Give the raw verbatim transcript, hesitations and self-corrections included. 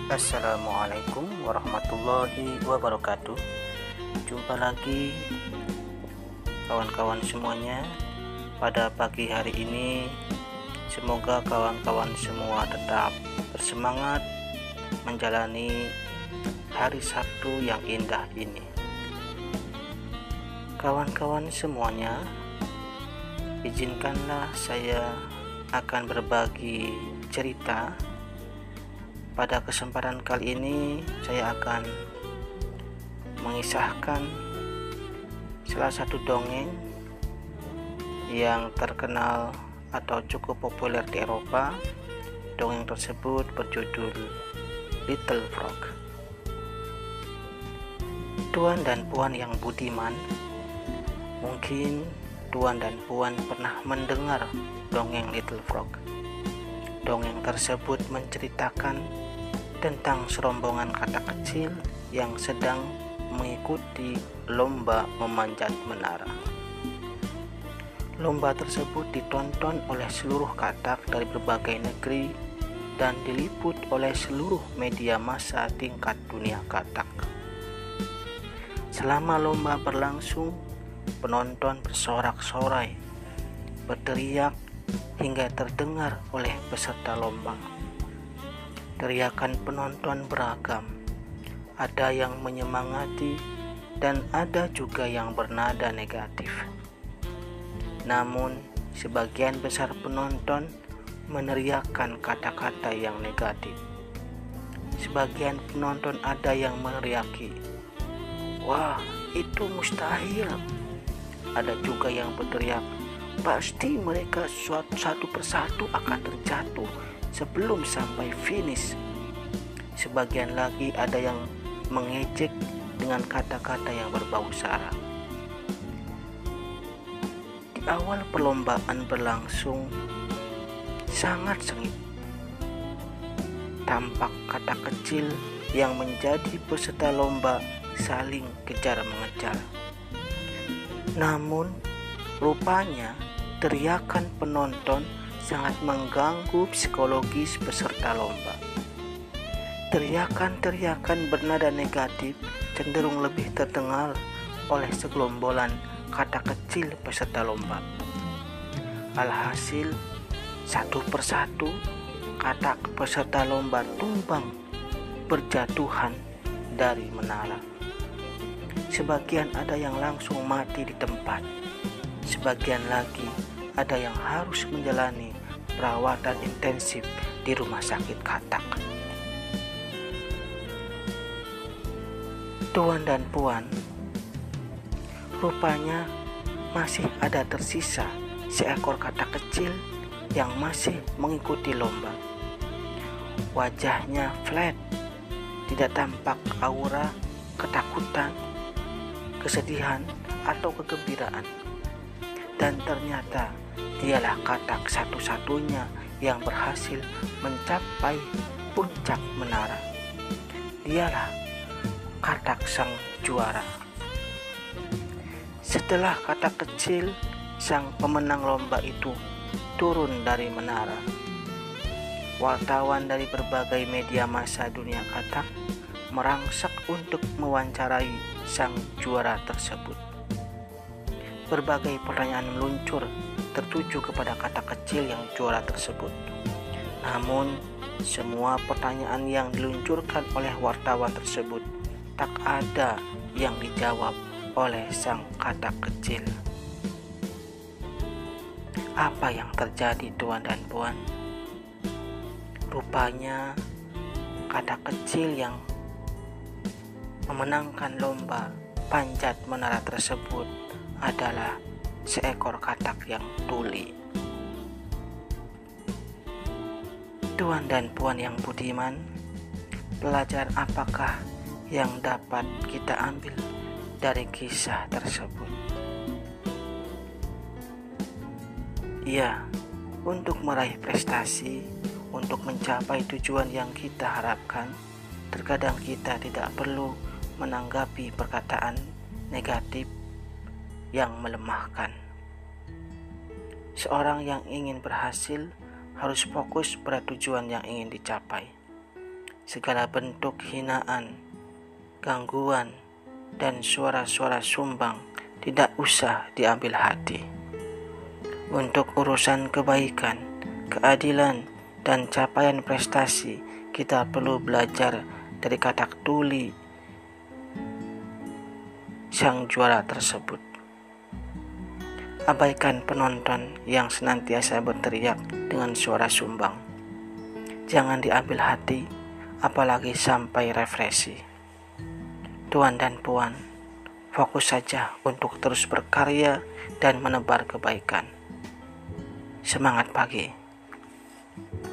Assalamualaikum warahmatullahi wabarakatuh. Jumpa lagi kawan-kawan semuanya pada pagi hari ini. Semoga kawan-kawan semua tetap bersemangat menjalani hari Sabtu yang indah ini. Kawan-kawan semuanya, izinkanlah saya akan berbagi cerita. Pada kesempatan kali ini saya akan mengisahkan salah satu dongeng yang terkenal atau cukup populer di Eropa. Dongeng tersebut berjudul Little Frog. Tuan dan puan yang budiman, mungkin tuan dan puan pernah mendengar dongeng Little Frog. Dongeng tersebut menceritakan tentang serombongan katak kecil yang sedang mengikuti lomba memanjat menara. Lomba tersebut ditonton oleh seluruh katak dari berbagai negeri dan diliput oleh seluruh media massa tingkat dunia katak. Selama lomba berlangsung, penonton bersorak-sorai, berteriak hingga terdengar oleh peserta lomba. Teriakan penonton beragam, ada yang menyemangati dan ada juga yang bernada negatif. Namun, sebagian besar penonton meneriakkan kata-kata yang negatif. Sebagian penonton ada yang meneriaki, "Wah, itu mustahil." Ada juga yang berteriak, "Pasti mereka suatu satu persatu akan terjatuh sebelum sampai finish." Sebagian lagi ada yang mengejek dengan kata-kata yang berbau sara. Di awal perlombaan berlangsung sangat sengit. Tampak katak kecil yang menjadi peserta lomba saling kejar mengejar. Namun, rupanya teriakan penonton sangat mengganggu psikologis peserta lomba. Teriakan-teriakan bernada negatif cenderung lebih terdengar oleh segelombolan katak kecil peserta lomba. Alhasil, satu persatu katak peserta lomba tumbang berjatuhan dari menara. Sebagian ada yang langsung mati di tempat. Sebagian lagi ada yang harus menjalani perawatan intensif di rumah sakit katak. Tuan dan puan, rupanya masih ada tersisa seekor katak kecil yang masih mengikuti lomba. Wajahnya flat, tidak tampak aura ketakutan, kesedihan, atau kegembiraan. Dan ternyata dialah katak satu-satunya yang berhasil mencapai puncak menara. Dialah katak sang juara. Setelah katak kecil sang pemenang lomba itu turun dari menara, wartawan dari berbagai media massa dunia katak merangsak untuk mewawancarai sang juara tersebut. Berbagai pertanyaan meluncur tertuju kepada katak kecil yang juara tersebut. Namun, semua pertanyaan yang diluncurkan oleh wartawan tersebut tak ada yang dijawab oleh sang katak kecil. Apa yang terjadi, tuan dan puan? Rupanya katak kecil yang memenangkan lomba panjat menara tersebut adalah seekor katak yang tuli. Tuan dan puan yang budiman, pelajaran apakah yang dapat kita ambil dari kisah tersebut? Ya, untuk meraih prestasi, untuk mencapai tujuan yang kita harapkan, terkadang kita tidak perlu menanggapi perkataan negatif yang melemahkan. Seorang yang ingin berhasil harus fokus pada tujuan yang ingin dicapai. segala bentuk hinaan, gangguan, dan suara-suara sumbang tidak usah diambil hati. Untuk urusan kebaikan, keadilan, dan capaian prestasi, kita perlu belajar dari katak tuli sang juara tersebut. Abaikan penonton yang senantiasa berteriak dengan suara sumbang. Jangan diambil hati, apalagi sampai refleksi. Tuan dan puan, fokus saja untuk terus berkarya dan menebar kebaikan. Semangat pagi.